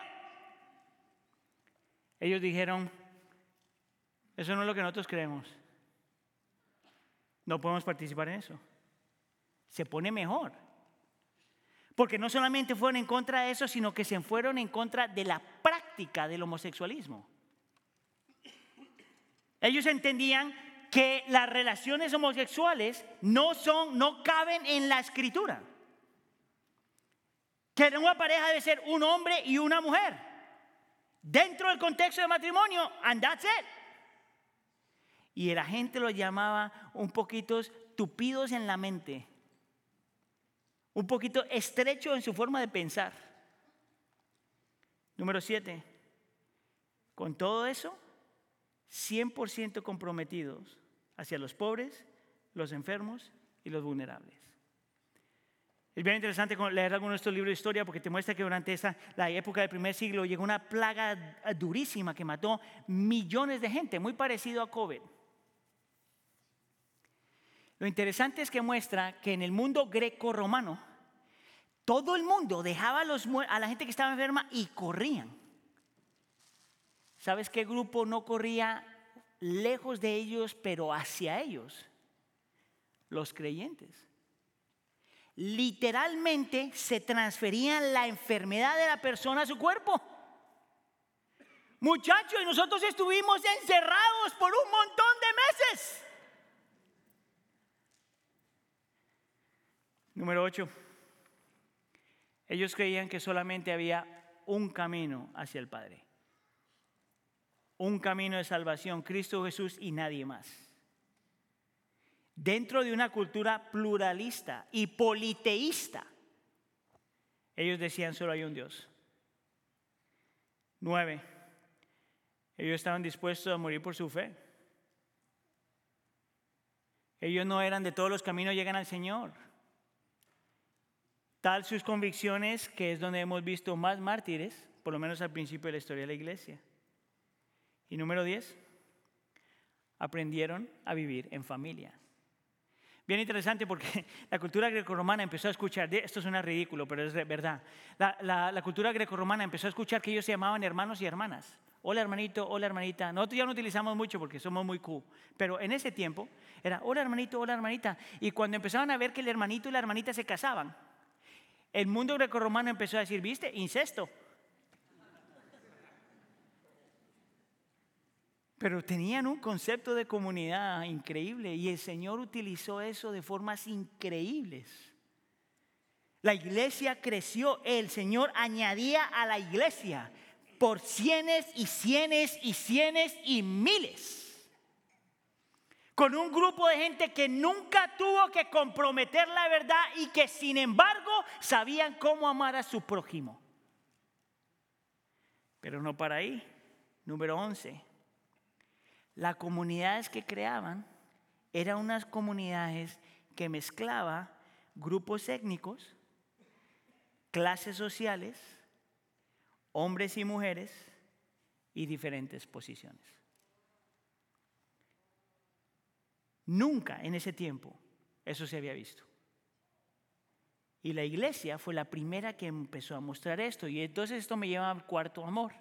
Ellos dijeron, eso no es lo que nosotros creemos. No podemos participar en eso. Se pone mejor. Porque no solamente fueron en contra de eso, sino que se fueron en contra de la práctica del homosexualismo. Ellos entendían que las relaciones homosexuales no son, no caben en la escritura. Que una pareja debe ser un hombre y una mujer. Dentro del contexto del matrimonio, and that's it. Y la gente los llamaba un poquito tupidos en la mente. Un poquito estrecho en su forma de pensar. Número siete. Con todo eso, cien por ciento comprometidos hacia los pobres, los enfermos y los vulnerables. Es bien interesante leer algunos de estos libros de historia porque te muestra que durante esa, la época del primer siglo llegó una plaga durísima que mató millones de gente, muy parecido a COVID. Lo interesante es que muestra que en el mundo greco-romano todo el mundo dejaba a, los, a la gente que estaba enferma y corrían. ¿Sabes qué grupo no corría lejos de ellos pero hacia ellos? Los creyentes. Literalmente se transferían la enfermedad de la persona a su cuerpo. Muchachos, y nosotros estuvimos encerrados por un montón de meses. Número ocho. Ellos creían que solamente había un camino hacia el Padre. Un camino de salvación, Cristo Jesús y nadie más. Dentro de una cultura pluralista y politeísta, ellos decían solo hay un Dios. Nueve. Ellos estaban dispuestos a morir por su fe. Ellos no eran de todos los caminos llegan al Señor. Tal sus convicciones que es donde hemos visto más mártires, por lo menos al principio de la historia de la iglesia. Y número diez, aprendieron a vivir en familia. Bien interesante porque la cultura grecorromana empezó a escuchar, esto suena ridículo, pero es verdad. La, la, la cultura grecorromana empezó a escuchar que ellos se llamaban hermanos y hermanas. Hola hermanito, hola hermanita. Nosotros ya no utilizamos mucho porque somos muy cool. Pero en ese tiempo era hola hermanito, hola hermanita. Y cuando empezaban a ver que el hermanito y la hermanita se casaban, el mundo grecorromano empezó a decir, ¿viste? Incesto. Pero tenían un concepto de comunidad increíble y el Señor utilizó eso de formas increíbles. La iglesia creció, el Señor añadía a la iglesia por cienes y cienes y cienes y miles. con un grupo de gente que nunca tuvo que comprometer la verdad y que sin embargo sabían cómo amar a su prójimo. Pero no para ahí. Número once. Las comunidades que creaban eran unas comunidades que mezclaban grupos étnicos, clases sociales, hombres y mujeres y diferentes posiciones. Nunca en ese tiempo eso se había visto. Y la iglesia fue la primera que empezó a mostrar esto. Y entonces esto me lleva al cuarto amor.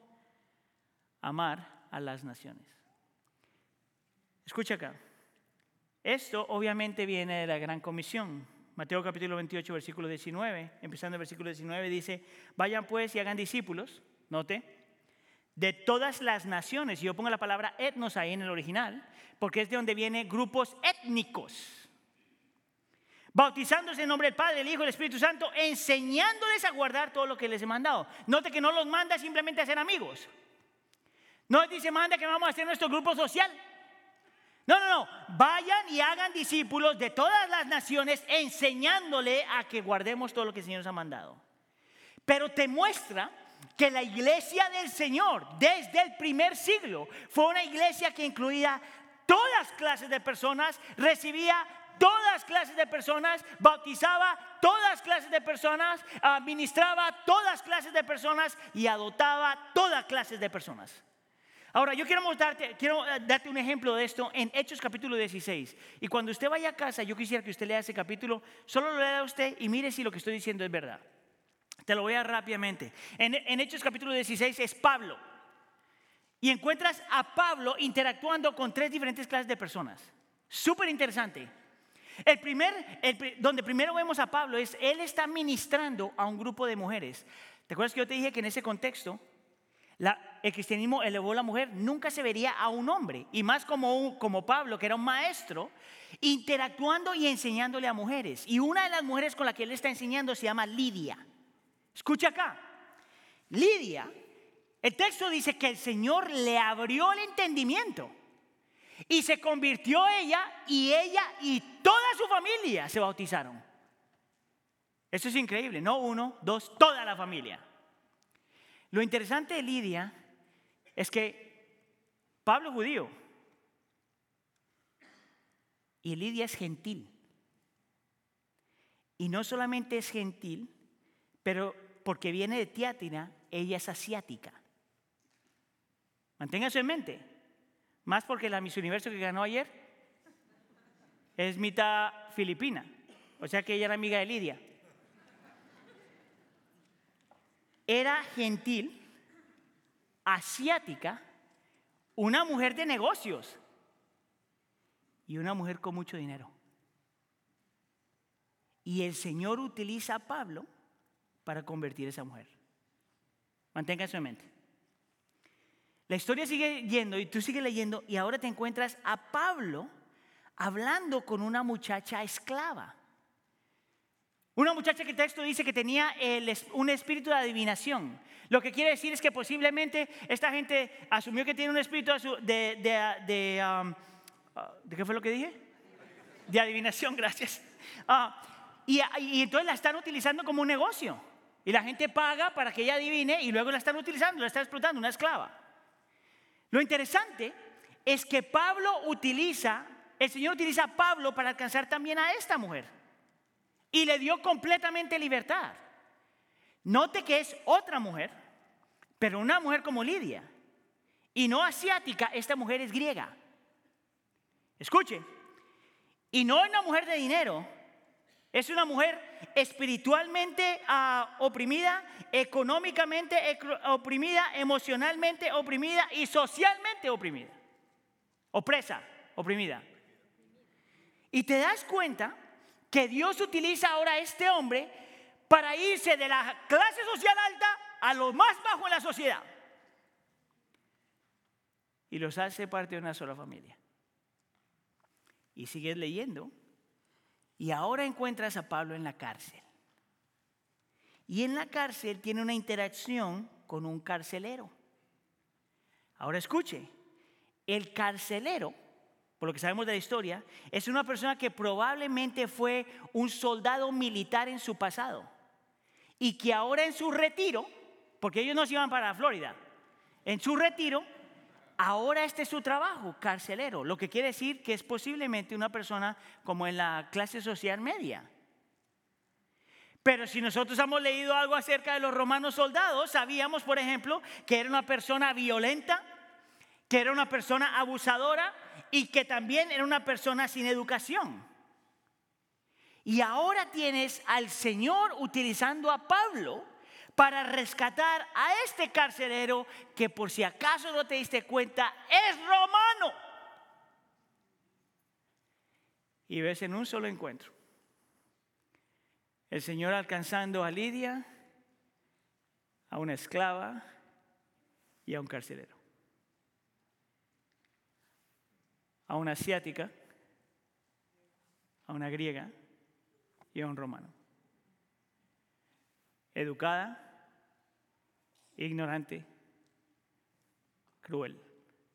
Amar a las naciones. Escucha acá. Esto obviamente viene de la Gran Comisión. Mateo capítulo veintiocho, versículo diecinueve. Empezando el versículo diecinueve dice: vayan pues y hagan discípulos, note, de todas las naciones. Y yo pongo la palabra etnos ahí en el original, porque es de donde vienen grupos étnicos. Bautizándose en nombre del Padre, del Hijo y del Espíritu Santo, enseñándoles a guardar todo lo que les he mandado. Note que no los manda simplemente a ser amigos. No les dice, manda que vamos a hacer nuestro grupo social. No, no, no. Vayan y hagan discípulos de todas las naciones, enseñándole a que guardemos todo lo que el Señor nos ha mandado. Pero te muestra que la iglesia del Señor, desde el primer siglo, fue una iglesia que incluía todas clases de personas, recibía todas clases de personas, bautizaba todas clases de personas, administraba todas clases de personas y adoptaba todas clases de personas. Ahora, yo quiero mostrarte, quiero darte un ejemplo de esto en Hechos capítulo dieciséis. Y cuando usted vaya a casa, yo quisiera que usted lea ese capítulo, solo lo lea usted y mire si lo que estoy diciendo es verdad. Te lo voy a dar rápidamente. En, en Hechos capítulo dieciséis es Pablo. Y encuentras a Pablo interactuando con tres diferentes clases de personas. Súper interesante. El primer, el, donde primero vemos a Pablo es, él está ministrando a un grupo de mujeres. ¿Te acuerdas que yo te dije que en ese contexto la, el cristianismo elevó a la mujer? Nunca se vería a un hombre, y más como, un, como Pablo, que era un maestro, interactuando y enseñándole a mujeres. Y una de las mujeres con la que él está enseñando se llama Lidia. Escucha acá. Lidia, el texto dice que el Señor le abrió el entendimiento. Y se convirtió ella, y ella y toda su familia se bautizaron. Eso es increíble, no uno, dos, toda la familia. Lo interesante de Lidia es que Pablo es judío y Lidia es gentil. Y no solamente es gentil, pero porque viene de Tiatira, ella es asiática. Mantenga eso en mente. Más porque la Miss Universo que ganó ayer es mitad filipina. O sea que ella era amiga de Lidia. Era gentil, asiática, una mujer de negocios y una mujer con mucho dinero. Y el Señor utiliza a Pablo para convertir a esa mujer. Mantenga eso en mente. La historia sigue yendo y tú sigues leyendo y ahora te encuentras a Pablo hablando con una muchacha esclava. Una muchacha que el texto dice que tenía el, un espíritu de adivinación. Lo que quiere decir es que posiblemente esta gente asumió que tiene un espíritu de... de, de, um, ¿de qué fue lo que dije? De adivinación, gracias. Uh, y, y entonces la están utilizando como un negocio. Y la gente paga para que ella adivine y luego la están utilizando, la están explotando, una esclava. Lo interesante es que Pablo utiliza, el Señor utiliza a Pablo para alcanzar también a esta mujer. Y le dio completamente libertad. Note que es otra mujer, pero una mujer como Lidia. Y no asiática, esta mujer es griega. Escuche, y no es una mujer de dinero, es una mujer espiritualmente uh, oprimida, económicamente oprimida, emocionalmente oprimida y socialmente oprimida. Opresa, oprimida. Y te das cuenta que Dios utiliza ahora a este hombre para irse de la clase social alta a lo más bajo en la sociedad. Y los hace parte de una sola familia. Y sigues leyendo. Y ahora encuentras a Pablo en la cárcel. Y en la cárcel tiene una interacción con un carcelero. Ahora escuche, el carcelero por lo que sabemos de la historia, es una persona que probablemente fue un soldado militar en su pasado y que ahora en su retiro, porque ellos no se iban para Florida, en su retiro, ahora este es su trabajo, carcelero, lo que quiere decir que es posiblemente una persona como en la clase social media. Pero si nosotros hemos leído algo acerca de los romanos soldados, sabíamos, por ejemplo, que era una persona violenta, que era una persona abusadora y que también era una persona sin educación. Y ahora tienes al Señor utilizando a Pablo para rescatar a este carcelero que, por si acaso no te diste cuenta, es romano. Y ves en un solo encuentro el Señor alcanzando a Lidia, a una esclava y a un carcelero, a una asiática, a una griega y a un romano. Educada, ignorante, cruel.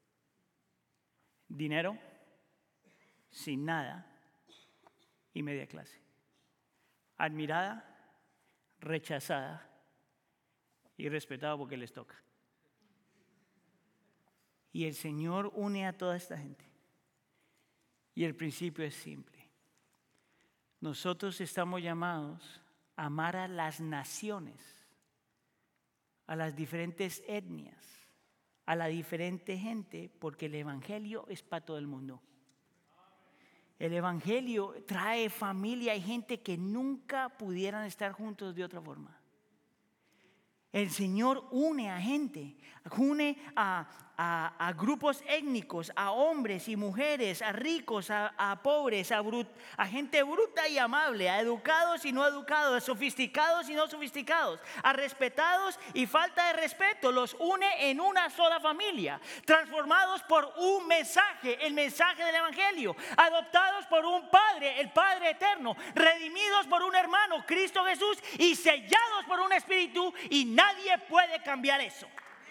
Dinero, sin nada y media clase. Admirada, rechazada y respetada porque les toca. Y el Señor une a toda esta gente. Y el principio es simple. Nosotros estamos llamados a amar a las naciones, a las diferentes etnias, a la diferente gente, porque el Evangelio es para todo el mundo. El Evangelio trae familia y gente que nunca pudieran estar juntos de otra forma. El Señor une a gente, une a, a, a grupos étnicos, a hombres y mujeres, a ricos, a, a pobres, a, brut, a gente bruta y amable, a educados y no educados, a sofisticados y no sofisticados, a respetados y falta de respeto. Los une en una sola familia, transformados por un mensaje, el mensaje del Evangelio, adoptados por un Padre, el Padre eterno, redimidos por un hermano, Cristo Jesús, y sellados por un Espíritu, y nadie puede cambiar eso.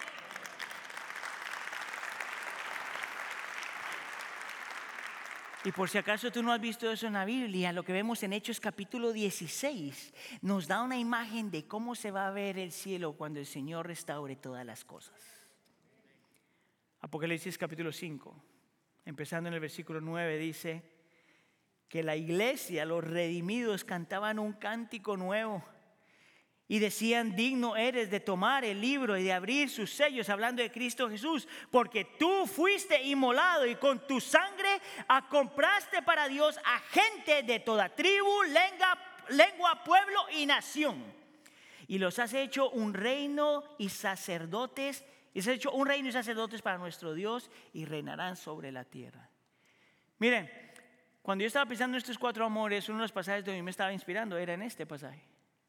Y por si acaso tú no has visto eso en la Biblia, lo que vemos en Hechos capítulo dieciséis nos da una imagen de cómo se va a ver el cielo cuando el Señor restaure todas las cosas. Apocalipsis capítulo cinco, empezando en el versículo nueve, dice que la iglesia, los redimidos, cantaban un cántico nuevo. Y decían: digno eres de tomar el libro y de abrir sus sellos, hablando de Cristo Jesús, porque tú fuiste inmolado y con tu sangre compraste para Dios a gente de toda tribu, lengua, lengua, pueblo y nación. Y los has hecho un reino y sacerdotes, y has hecho un reino y sacerdotes para nuestro Dios, y reinarán sobre la tierra. Miren, cuando yo estaba pensando en estos cuatro amores, uno de los pasajes de hoy me estaba inspirando era en este pasaje.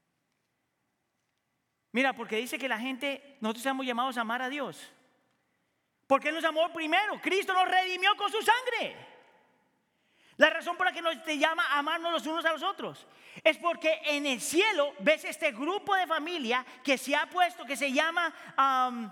Mira, porque dice que la gente, nosotros estamos llamados a amar a Dios. Porque Él nos amó primero. Cristo nos redimió con su sangre. La razón por la que nos te llama a amarnos los unos a los otros es porque en el cielo ves este grupo de familia que se ha puesto, que se llama um,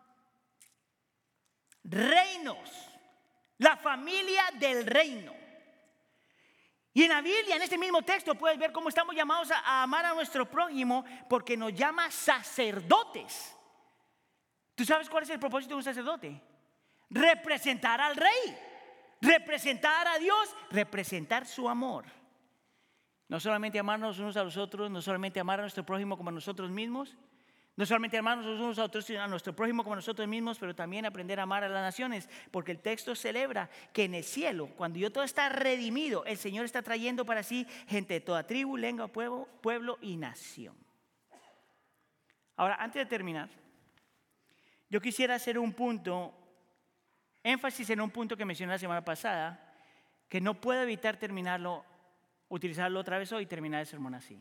reinos. La familia del reino. Y en la Biblia, en este mismo texto, puedes ver cómo estamos llamados a, a amar a nuestro prójimo, porque nos llama sacerdotes. ¿Tú sabes cuál es el propósito de un sacerdote? Representar al rey, representar a Dios, representar su amor. No solamente amarnos unos a los otros, no solamente amar a nuestro prójimo como a nosotros mismos, no solamente amarnos unos a otros, sino a nuestro prójimo como a nosotros mismos, pero también aprender a amar a las naciones, porque el texto celebra que en el cielo, cuando yo todo está redimido, el Señor está trayendo para sí gente de toda tribu, lengua, pueblo, pueblo y nación. Ahora, antes de terminar, yo quisiera hacer un punto, énfasis en un punto que mencioné la semana pasada, que no puedo evitar terminarlo, utilizarlo otra vez hoy y terminar el sermón así.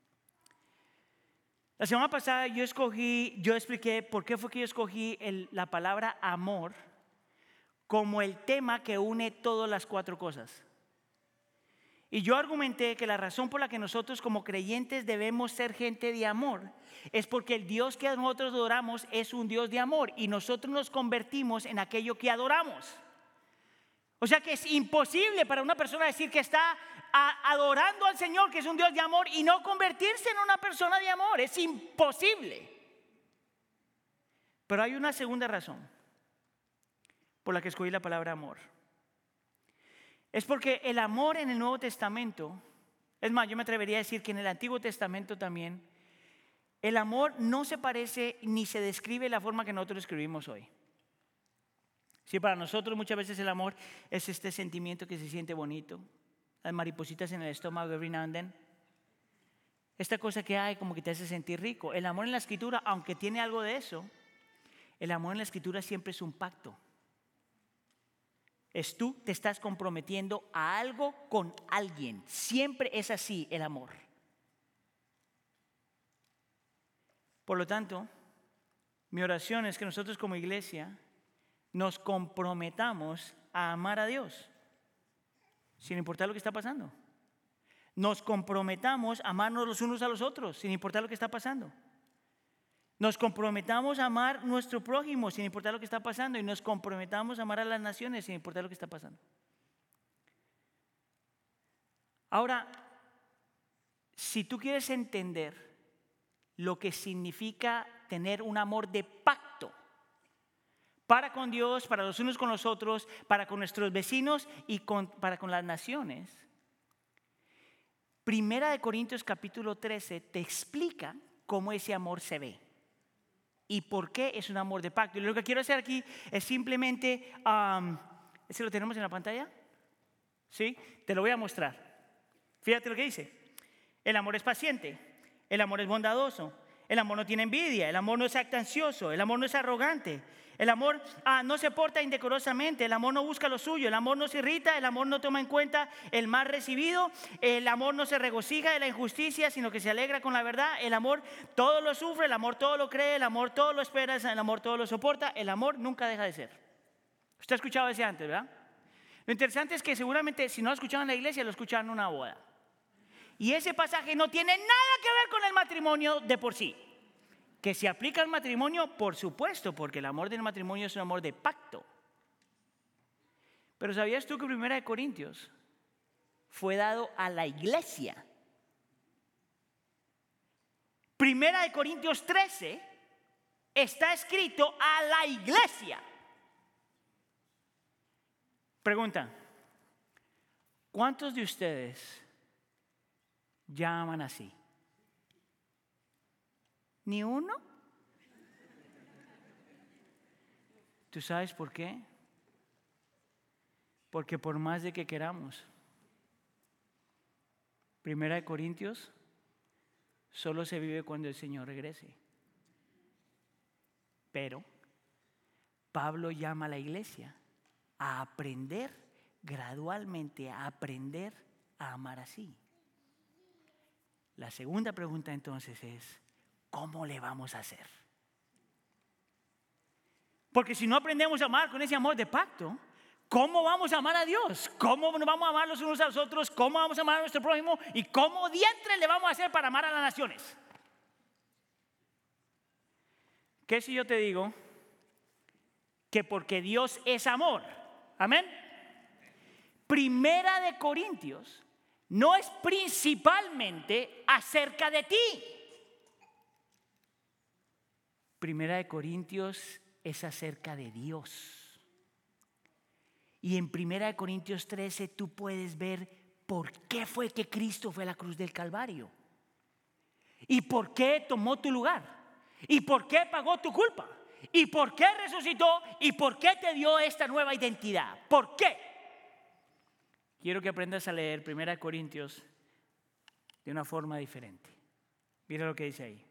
La semana pasada yo escogí, yo expliqué por qué fue que yo escogí el, la palabra amor como el tema que une todas las cuatro cosas. Y yo argumenté que la razón por la que nosotros como creyentes debemos ser gente de amor es porque el Dios que nosotros adoramos es un Dios de amor y nosotros nos convertimos en aquello que adoramos. O O sea que es imposible para una persona decir que está a, adorando al Señor, que es un Dios de amor, y no convertirse en una persona de amor. Es imposible. Pero hay una segunda razón por la que escogí la palabra amor. Es porque el amor en el Nuevo Testamento, es más, yo me atrevería a decir que en el Antiguo Testamento también, el amor no se parece ni se describe de la forma que nosotros escribimos hoy. Sí, para nosotros muchas veces el amor es este sentimiento que se siente bonito, las maripositas en el estómago every now and then. Esta cosa que hay como que te hace sentir rico. El amor en la Escritura, aunque tiene algo de eso, el amor en la Escritura siempre es un pacto. Es tú te estás comprometiendo a algo con alguien. Siempre es así el amor. Por lo tanto, mi oración es que nosotros como iglesia nos comprometamos a amar a Dios, sin importar lo que está pasando. Nos comprometamos a amarnos los unos a los otros, sin importar lo que está pasando. Nos comprometamos a amar a nuestro prójimo, sin importar lo que está pasando. Y nos comprometamos a amar a las naciones, sin importar lo que está pasando. Ahora, si tú quieres entender lo que significa tener un amor de pacto para con Dios, para los unos con los otros, para con nuestros vecinos y con, para con las naciones, Primera de Corintios capítulo trece te explica cómo ese amor se ve y por qué es un amor de pacto. Y lo que quiero hacer aquí es simplemente, um, ¿ese lo tenemos en la pantalla? ¿Sí? Te lo voy a mostrar. Fíjate lo que dice. El amor es paciente, el amor es bondadoso, el amor no tiene envidia, el amor no es actancioso, el amor no es arrogante, el amor ah, no se porta indecorosamente, el amor no busca lo suyo, el amor no se irrita, el amor no toma en cuenta el mal recibido, el amor no se regocija de la injusticia, sino que se alegra con la verdad, el amor todo lo sufre, el amor todo lo cree, el amor todo lo espera, el amor todo lo soporta, el amor nunca deja de ser. Usted ha escuchado ese antes, ¿verdad? Lo interesante es que seguramente si no lo escuchaban en la iglesia, lo escuchaban en una boda. Y ese pasaje no tiene nada que ver con el matrimonio de por sí. Que se aplica al matrimonio, por supuesto, porque el amor del matrimonio es un amor de pacto. Pero ¿sabías tú que Primera de Corintios fue dado a la iglesia? Primera de Corintios trece está escrito a la iglesia. Pregunta, ¿cuántos de ustedes ya aman así? ¿Ni uno? ¿Tú sabes por qué? Porque por más de que queramos, Primera de Corintios solo se vive cuando el Señor regrese. Pero Pablo llama a la iglesia a aprender gradualmente, a aprender a amar así. La segunda pregunta entonces es, ¿cómo le vamos a hacer? Porque si no aprendemos a amar con ese amor de pacto, ¿cómo vamos a amar a Dios? ¿Cómo nos vamos a amar los unos a los otros? ¿Cómo vamos a amar a nuestro prójimo? ¿Y cómo diantre le vamos a hacer para amar a las naciones? ¿Qué si yo te digo que porque Dios es amor? Amén. Primera de Corintios no es principalmente acerca de ti. Primera de Corintios es acerca de Dios. Y en Primera de Corintios trece tú puedes ver por qué fue que Cristo fue a la cruz del Calvario. Y por qué tomó tu lugar. Y por qué pagó tu culpa. Y por qué resucitó. Y por qué te dio esta nueva identidad. ¿Por qué? Quiero que aprendas a leer Primera de Corintios de una forma diferente. Mira lo que dice ahí.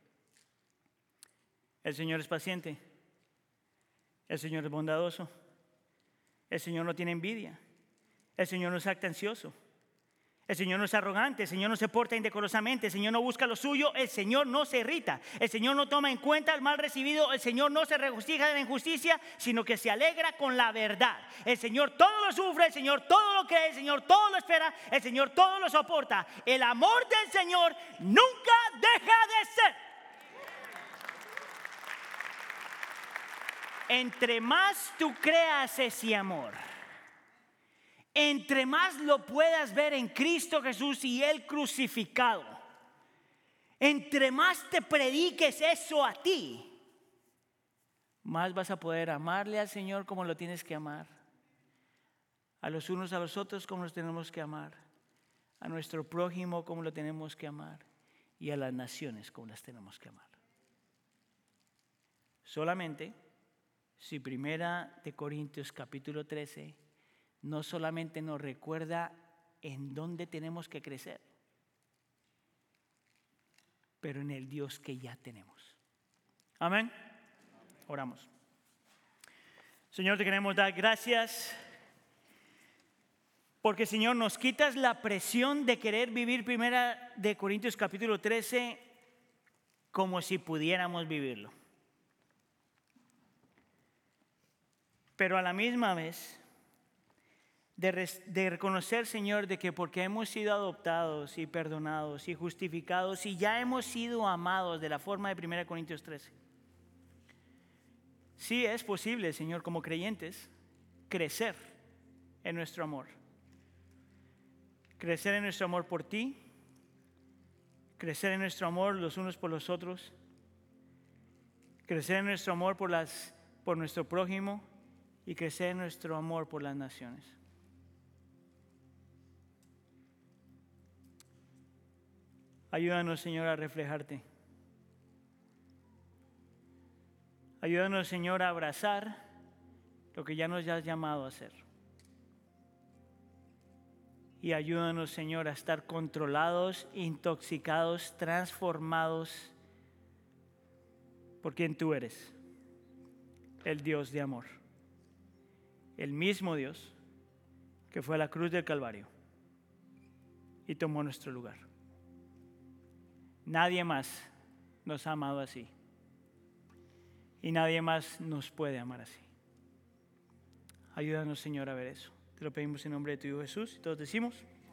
El Señor es paciente, el Señor es bondadoso, el Señor no tiene envidia, el Señor no es actancioso, el Señor no es arrogante, el Señor no se porta indecorosamente, el Señor no busca lo suyo, el Señor no se irrita, el Señor no toma en cuenta el mal recibido, el Señor no se regocija de la injusticia, sino que se alegra con la verdad. El Señor todo lo sufre, el Señor todo lo cree, el Señor todo lo espera, el Señor todo lo soporta. El amor del Señor nunca deja de ser. Entre más tú creas ese amor, Entre más lo puedas ver en Cristo Jesús y Él crucificado, entre más te prediques eso a ti, más vas a poder amarle al Señor como lo tienes que amar, a los unos a los otros como los tenemos que amar, a nuestro prójimo como lo tenemos que amar y a las naciones como las tenemos que amar. Solamente si Primera de Corintios capítulo trece no solamente nos recuerda en dónde tenemos que crecer, pero en el Dios que ya tenemos. Amén. Oramos. Señor, te queremos dar gracias porque, Señor, nos quitas la presión de querer vivir Primera de Corintios capítulo trece como si pudiéramos vivirlo. Pero a la misma vez de, de reconocer, Señor, de que porque hemos sido adoptados y perdonados y justificados y ya hemos sido amados de la forma de Primera de Corintios trece. Sí es posible, Señor, como creyentes, crecer en nuestro amor. Crecer en nuestro amor por ti, crecer en nuestro amor los unos por los otros, crecer en nuestro amor por, las, por nuestro prójimo y crecer en nuestro amor por las naciones. Ayúdanos, Señor, a reflejarte. Ayúdanos, Señor, a abrazar lo que ya nos has llamado a hacer. Y ayúdanos, Señor, a estar controlados, intoxicados, transformados por quien tú eres, el Dios de amor. El mismo Dios que fue a la cruz del Calvario y tomó nuestro lugar. Nadie más nos ha amado así. Y nadie más nos puede amar así. Ayúdanos, Señor, a ver eso. Te lo pedimos en nombre de tu Hijo Jesús. Y todos decimos...